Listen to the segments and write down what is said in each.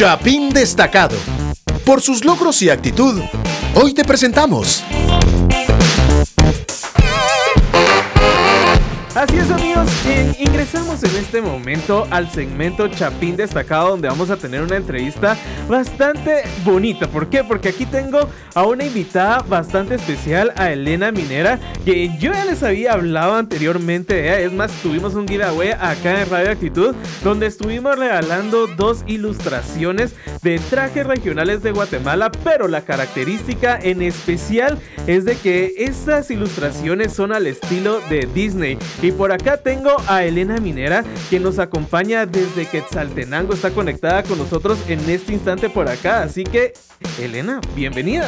Chapín Destacado. Por sus logros y actitud, hoy te presentamos. Así es, amigos, ingresamos en este momento al segmento Chapín Destacado, donde vamos a tener una entrevista bastante bonita. ¿Por qué? Porque aquí tengo a una invitada bastante especial, a Elena Minera, que yo ya les había hablado anteriormente de ella. Es más, tuvimos un giveaway acá en Radio Actitud, donde estuvimos regalando 2 ilustraciones de trajes regionales de Guatemala, pero la característica en especial es de que estas ilustraciones son al estilo de Disney. Y por acá tengo a Elena Minera, que nos acompaña desde Quetzaltenango, está conectada con nosotros en este instante por acá. Así que, Elena, bienvenida.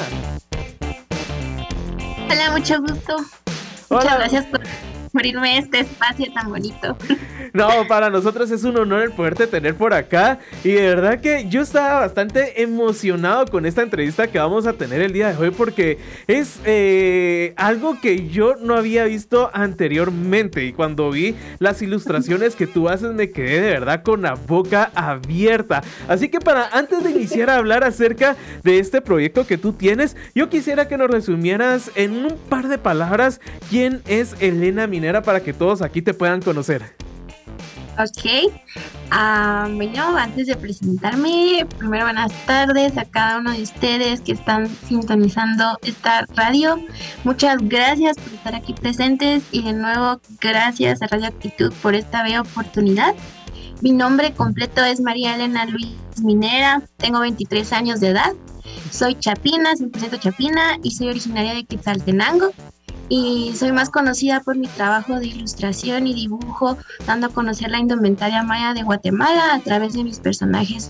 Hola, mucho gusto. Hola. Muchas gracias por abrirme este espacio tan bonito. No, para nosotros es un honor el poderte tener por acá. Y de verdad que yo estaba bastante emocionado con esta entrevista que vamos a tener el día de hoy, porque es algo que yo no había visto anteriormente. Y cuando vi las ilustraciones que tú haces, me quedé de verdad con la boca abierta. Así que antes de iniciar a hablar acerca de este proyecto que tú tienes, yo quisiera que nos resumieras en un par de palabras quién es Elena Minera, para que todos aquí te puedan conocer. Ok, bueno, antes de presentarme, primero buenas tardes a cada uno de ustedes que están sintonizando esta radio. Muchas gracias por estar aquí presentes y de nuevo gracias a Radio Actitud por esta bella oportunidad. Mi nombre completo es María Elena Luis Minera, tengo 23 años de edad, soy chapina, 100% chapina y soy originaria de Quetzaltenango. Y soy más conocida por mi trabajo de ilustración y dibujo, dando a conocer la indumentaria maya de Guatemala a través de mis personajes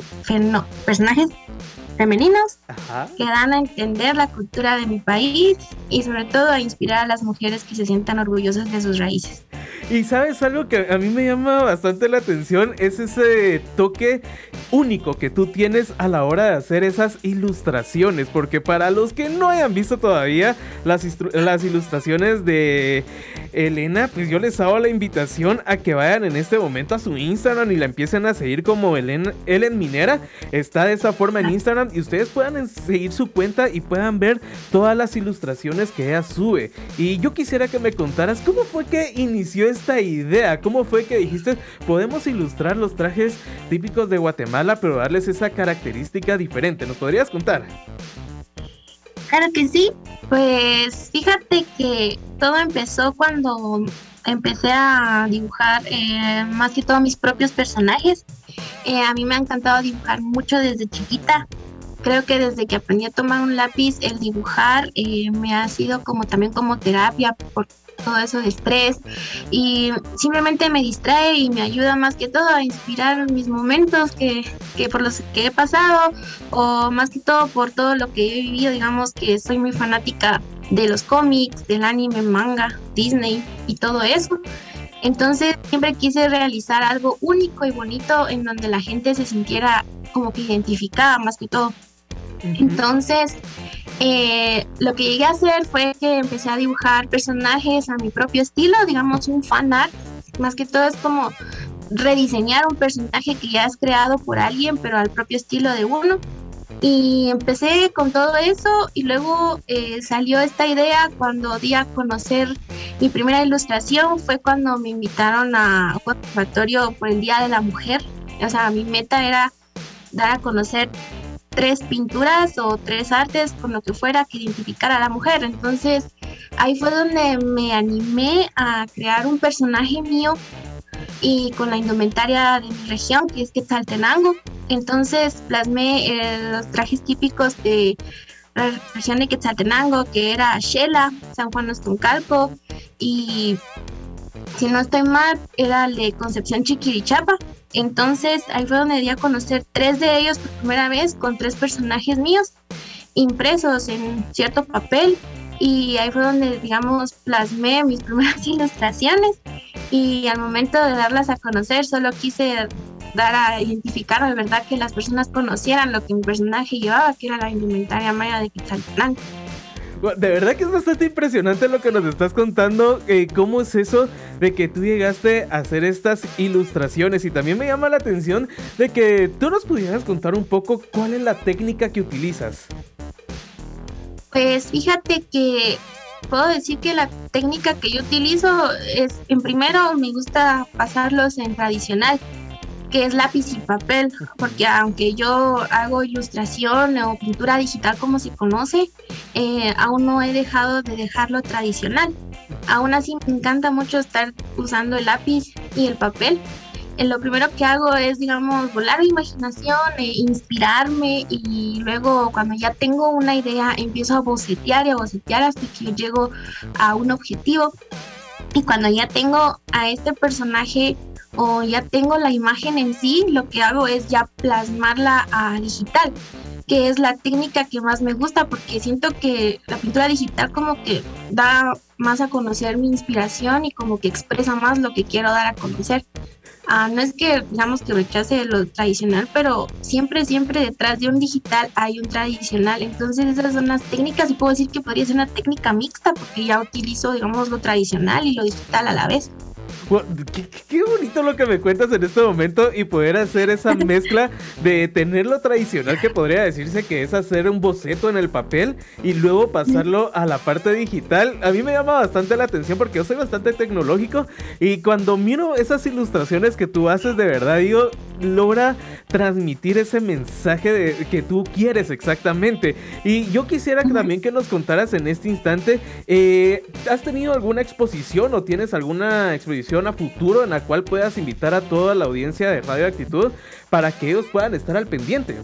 femeninos. Ajá. Que dan a entender la cultura de mi país y sobre todo a inspirar a las mujeres que se sientan orgullosas de sus raíces. Y sabes, algo que a mí me llama bastante la atención es ese toque único que tú tienes a la hora de hacer esas ilustraciones, porque para los que no hayan visto todavía las ilustraciones de Elena, pues yo les hago la invitación a que vayan en este momento a su Instagram y la empiecen a seguir como Ellen Minera. Está de esa forma en Instagram y ustedes puedan seguir su cuenta y puedan ver todas las ilustraciones que ella sube. Y yo quisiera que me contaras cómo fue que inició esta idea, cómo fue que dijiste podemos ilustrar los trajes típicos de Guatemala pero darles esa característica diferente. ¿Nos podrías contar? Claro que sí, pues fíjate que todo empezó cuando empecé a dibujar más que todo mis propios personajes. A mí me ha encantado dibujar mucho desde chiquita. Creo que desde que aprendí a tomar un lápiz, el dibujar me ha sido también como terapia por todo eso de estrés y simplemente me distrae y me ayuda más que todo a inspirar mis momentos que por los que he pasado, o más que todo por todo lo que he vivido. Digamos que soy muy fanática de los cómics, del anime, manga, Disney y todo eso. Entonces siempre quise realizar algo único y bonito en donde la gente se sintiera como que identificada más que todo. Entonces lo que llegué a hacer fue que empecé a dibujar personajes a mi propio estilo, digamos un fan art. Más que todo es como rediseñar un personaje que ya es creado por alguien, pero al propio estilo de uno. Y empecé con todo eso y luego salió esta idea cuando di a conocer mi primera ilustración. Fue cuando me invitaron a un conservatorio por el Día de la Mujer. O sea, mi meta era dar a conocer 3 pinturas o 3 artes, con lo que fuera que identificara a la mujer. Entonces ahí fue donde me animé a crear un personaje mío y con la indumentaria de mi región, que es Quetzaltenango. Entonces plasmé los trajes típicos de la región de Quetzaltenango, que era Xela, San Juan Ostuncalco, y si no estoy mal, era el de Concepción Chiquirichapa. Entonces ahí fue donde di a conocer 3 de ellos por primera vez, con 3 personajes míos impresos en cierto papel, y ahí fue donde, digamos, plasmé mis primeras ilustraciones. Y al momento de darlas a conocer, solo quise dar a identificar, de verdad, que las personas conocieran lo que mi personaje llevaba, que era la indumentaria maya de Quetzaltenango. De verdad que es bastante impresionante lo que nos estás contando. ¿Cómo es eso de que tú llegaste a hacer estas ilustraciones? Y también me llama la atención de que tú nos pudieras contar un poco cuál es la técnica que utilizas. Pues fíjate que puedo decir que la técnica que yo utilizo es, en primero, me gusta pasarlos en tradicional, que es lápiz y papel, porque aunque yo hago ilustración o pintura digital como se conoce, aún no he dejado de dejarlo tradicional. Aún así me encanta mucho estar usando el lápiz y el papel. Lo primero que hago es, digamos, volar mi imaginación, inspirarme, y luego cuando ya tengo una idea empiezo a bocetear y a bocetear hasta que yo llego a un objetivo. Y cuando ya tengo a este personaje o ya tengo la imagen en sí, lo que hago es ya plasmarla a digital, que es la técnica que más me gusta, porque siento que la pintura digital como que da más a conocer mi inspiración y como que expresa más lo que quiero dar a conocer. No es que digamos que rechace lo tradicional, pero siempre detrás de un digital hay un tradicional. Entonces esas son las técnicas, y puedo decir que podría ser una técnica mixta, porque ya utilizo, digamos, lo tradicional y lo digital a la vez. Wow, qué bonito lo que me cuentas en este momento, y poder hacer esa mezcla de tener lo tradicional, que podría decirse que es hacer un boceto en el papel y luego pasarlo a la parte digital. A mí me llama bastante la atención porque yo soy bastante tecnológico, y cuando miro esas ilustraciones que tú haces, de verdad digo, logra transmitir ese mensaje que tú quieres exactamente. Y yo quisiera también que nos contaras en este instante, ¿has tenido alguna exposición o tienes alguna exposición a futuro en la cual puedas invitar a toda la audiencia de Radio Actitud para que ellos puedan estar al pendiente?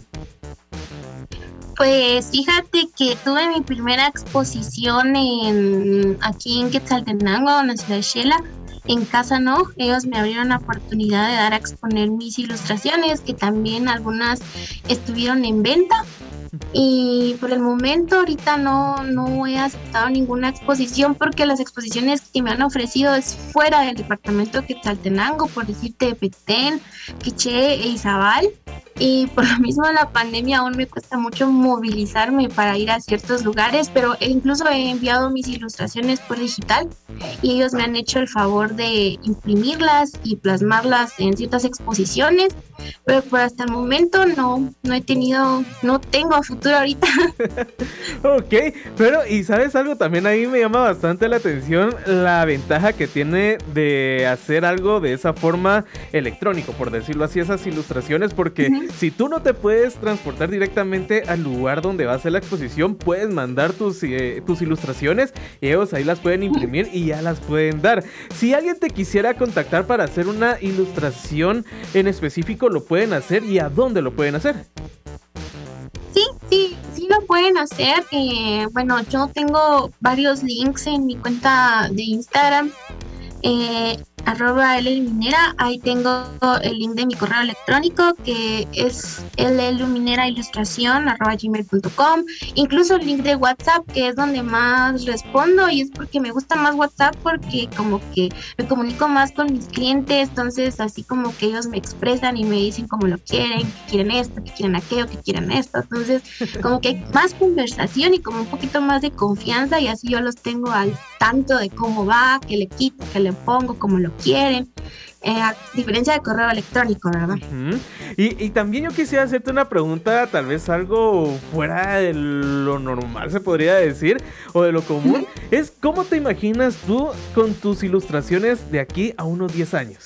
Pues fíjate que tuve mi primera exposición aquí en Quetzaltenango, en la ciudad de Xela, en Casa No. Ellos me abrieron la oportunidad de dar a exponer mis ilustraciones, que también algunas estuvieron en venta. Y por el momento ahorita no he aceptado ninguna exposición, porque las exposiciones que me han ofrecido es fuera del departamento de Quetzaltenango, por decirte Petén, Quiché e Izabal. Y por lo mismo la pandemia aún me cuesta mucho movilizarme para ir a ciertos lugares, pero incluso he enviado mis ilustraciones por digital y ellos me han hecho el favor de imprimirlas y plasmarlas en ciertas exposiciones, pero por hasta el momento no tengo futuro ahorita. Ok, pero y sabes algo, también ahí me llama bastante la atención la ventaja que tiene de hacer algo de esa forma electrónico, por decirlo así, esas ilustraciones, porque si tú no te puedes transportar directamente al lugar donde va a ser la exposición, puedes mandar tus ilustraciones y ellos ahí las pueden imprimir y ya las pueden dar. Si alguien te quisiera contactar para hacer una ilustración en específico, ¿lo pueden hacer? ¿Y a dónde lo pueden hacer? Sí lo pueden hacer. Bueno, yo tengo varios links en mi cuenta de Instagram, @LLuminera. Ahí tengo el link de mi correo electrónico, que es lluminera.ilustración@gmail.com. Incluso el link de WhatsApp, que es donde más respondo, y es porque me gusta más WhatsApp, porque como que me comunico más con mis clientes. Entonces así como que ellos me expresan y me dicen cómo lo quieren, que quieren esto, que quieren aquello, que quieren esto. Entonces como que hay más conversación y como un poquito más de confianza, y así yo los tengo al tanto de cómo va, qué le quito, qué le pongo, cómo lo quieren, a diferencia de correo electrónico, ¿verdad? Y también yo quisiera hacerte una pregunta, tal vez algo fuera de lo normal, se podría decir, o de lo común. Es, ¿cómo te imaginas tú con tus ilustraciones de aquí a unos 10 años?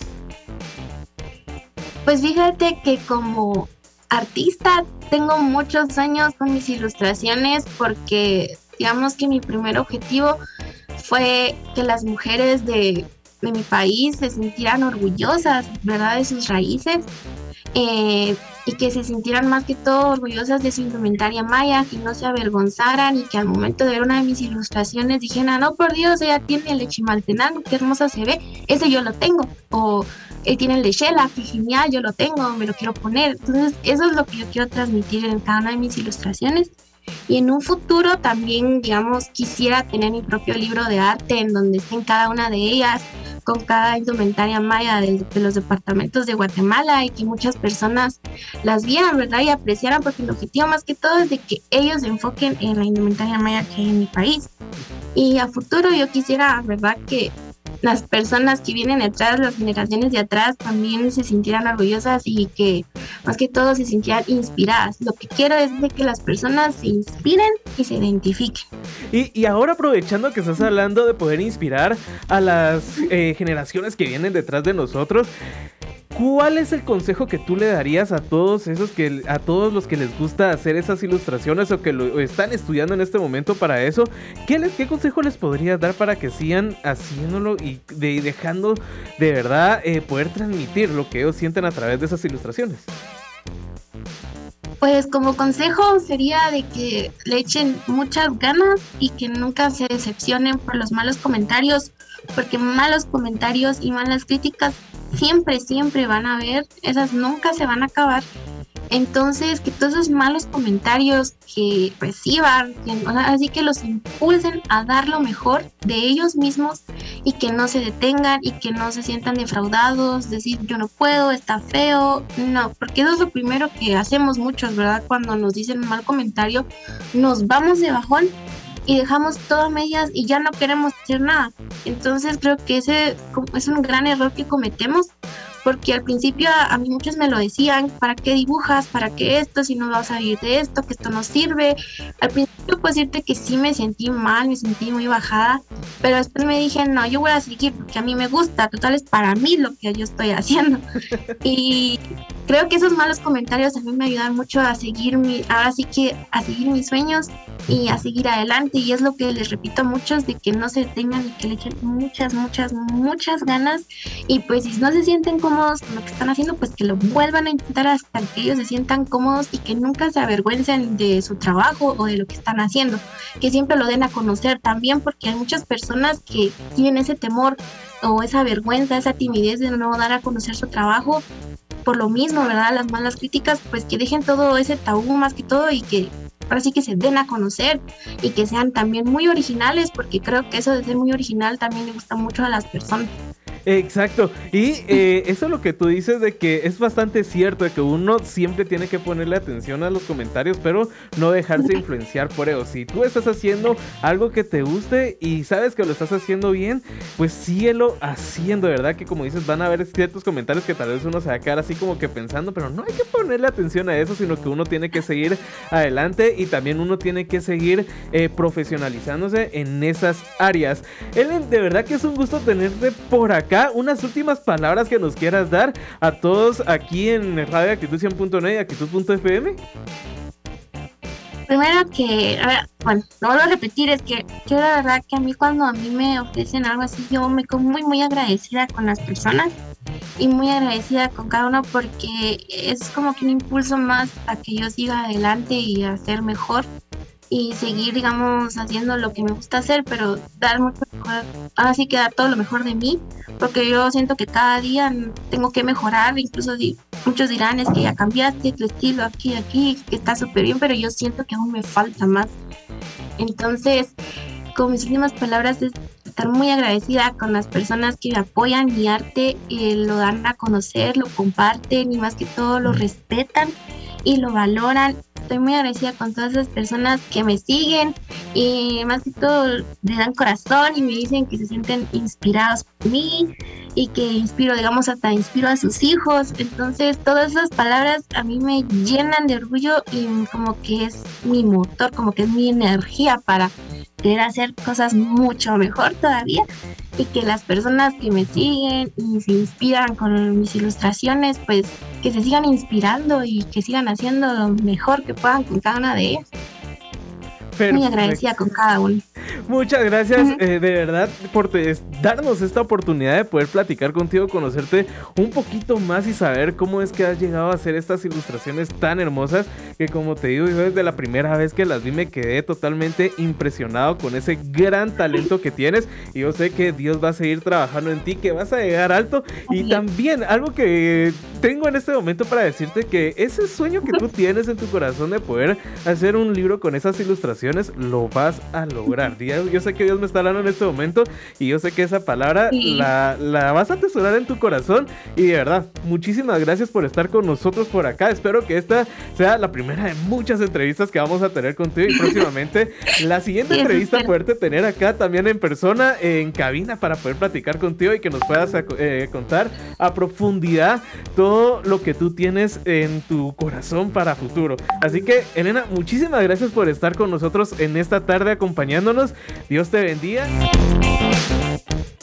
Pues fíjate que como artista tengo muchos años con mis ilustraciones, porque digamos que mi primer objetivo fue que las mujeres de mi país se sintieran orgullosas, ¿verdad?, de sus raíces, y que se sintieran más que todo orgullosas de su indumentaria maya, que no se avergonzaran, y que al momento de ver una de mis ilustraciones dijeran: no, por Dios, ella tiene el de Chimaltenango, qué hermosa se ve, ese yo lo tengo, o él tiene el de Xela, qué genial, yo lo tengo, me lo quiero poner. Entonces eso es lo que yo quiero transmitir en cada una de mis ilustraciones. Y en un futuro también, digamos, quisiera tener mi propio libro de arte en donde estén cada una de ellas, con cada indumentaria maya de los departamentos de Guatemala y que muchas personas las vieran, ¿verdad? Y apreciaran, porque el objetivo más que todo es de que ellos se enfoquen en la indumentaria maya que hay en mi país. Y a futuro yo quisiera, ¿verdad?, que las personas que vienen detrás, las generaciones de atrás, también se sintieran orgullosas y que más que todo se sintieran inspiradas. Lo que quiero es de que las personas se inspiren y se identifiquen. Y ahora, aprovechando que estás hablando de poder inspirar a las generaciones que vienen detrás de nosotros, ¿cuál es el consejo que tú le darías a todos los que les gusta hacer esas ilustraciones o que lo están estudiando en este momento para eso? ¿Qué consejo les podrías dar para que sigan haciéndolo y dejando de verdad poder transmitir lo que ellos sienten a través de esas ilustraciones? Pues como consejo sería de que le echen muchas ganas y que nunca se decepcionen por los malos comentarios, porque malos comentarios y malas críticas siempre van a haber, esas nunca se van a acabar. Entonces, que todos esos malos comentarios que reciban, así que los impulsen a dar lo mejor de ellos mismos y que no se detengan y que no se sientan defraudados, decir yo no puedo, está feo, no, porque eso es lo primero que hacemos muchos, ¿verdad? Cuando nos dicen un mal comentario, nos vamos de bajón y dejamos todo a medias y ya no queremos hacer nada. Entonces creo que ese es un gran error que cometemos, porque al principio a mí muchos me lo decían, ¿para qué dibujas? ¿Para qué esto? Si no vas a vivir de esto, que esto no sirve. Al principio puedo decirte que sí me sentí mal, me sentí muy bajada, pero después me dije, no, yo voy a seguir porque a mí me gusta, total es para mí lo que yo estoy haciendo. Y creo que esos malos comentarios a mí me ayudan mucho a seguir ahora sí que a seguir mis sueños y a seguir adelante, y es lo que les repito a muchos, de que no se detengan y que le echen muchas ganas, y pues si no se sienten cómodos con lo que están haciendo, pues que lo vuelvan a intentar hasta que ellos se sientan cómodos y que nunca se avergüencen de su trabajo o de lo que están haciendo, que siempre lo den a conocer también, porque hay muchas personas que tienen ese temor o esa vergüenza, esa timidez de no dar a conocer su trabajo por lo mismo, ¿verdad? Las malas críticas, pues que dejen todo ese tabú más que todo y que ahora sí que se den a conocer y que sean también muy originales, porque creo que eso de ser muy original también le gusta mucho a las personas. Exacto, y eso es lo que tú dices, de que es bastante cierto, de que uno siempre tiene que ponerle atención a los comentarios, pero no dejarse influenciar por ellos. Si tú estás haciendo algo que te guste y sabes que lo estás haciendo bien, pues síguelo haciendo, ¿verdad? Que como dices, van a haber ciertos comentarios que tal vez uno se va a quedar así como que pensando, pero no hay que ponerle atención a eso, sino que uno tiene que seguir adelante y también uno tiene que seguir profesionalizándose en esas áreas. Ellen, de verdad que es un gusto tenerte por acá. Unas últimas palabras que nos quieras dar a todos aquí en Radio Actitud 100.9 y Actitud.fm. Primero que, a ver, bueno, lo vuelvo a repetir, es que yo la verdad que a mí cuando a mí me ofrecen algo así, yo me quedo muy agradecida con las personas y muy agradecida con cada uno, porque es como que un impulso más a que yo siga adelante y a ser mejor y seguir, digamos, haciendo lo que me gusta hacer, pero dar mucho mejor, ahora sí que dar todo lo mejor de mí, porque yo siento que cada día tengo que mejorar, incluso muchos dirán es que ya cambiaste tu estilo aquí, que está súper bien, pero yo siento que aún me falta más. Entonces, con mis últimas palabras es estar muy agradecida con las personas que me apoyan mi arte, lo dan a conocer, lo comparten y más que todo lo respetan y lo valoran. Estoy muy agradecida con todas esas personas que me siguen y más que todo le dan corazón y me dicen que se sienten inspirados por mí y que hasta inspiro a sus hijos. Entonces todas esas palabras a mí me llenan de orgullo y como que es mi motor, como que es mi energía para querer hacer cosas mucho mejor todavía, y que las personas que me siguen y se inspiran con mis ilustraciones, pues que se sigan inspirando y que sigan haciendo lo mejor que puedan con cada una de ellas. Perfecto. Muy agradecida con cada uno. Muchas gracias, de verdad, por darnos esta oportunidad de poder platicar contigo, conocerte un poquito más y saber cómo es que has llegado a hacer estas ilustraciones tan hermosas, que como te digo, yo desde la primera vez que las vi me quedé totalmente impresionado con ese gran talento que tienes, y yo sé que Dios va a seguir trabajando en ti, que vas a llegar alto. Y también algo que tengo en este momento para decirte que ese sueño que tú tienes en tu corazón de poder hacer un libro con esas ilustraciones, lo vas a lograr. Yo sé que Dios me está hablando en este momento y yo sé que esa palabra la vas a atesorar en tu corazón. Y de verdad, muchísimas gracias por estar con nosotros por acá. Espero que esta sea la primera de muchas entrevistas que vamos a tener contigo y próximamente la siguiente entrevista poderte tener acá también en persona, en cabina, para poder platicar contigo y que nos puedas contar a profundidad todo lo que tú tienes en tu corazón para futuro. Así que, Elena, muchísimas gracias por estar con nosotros en esta tarde acompañándonos. Dios te bendiga.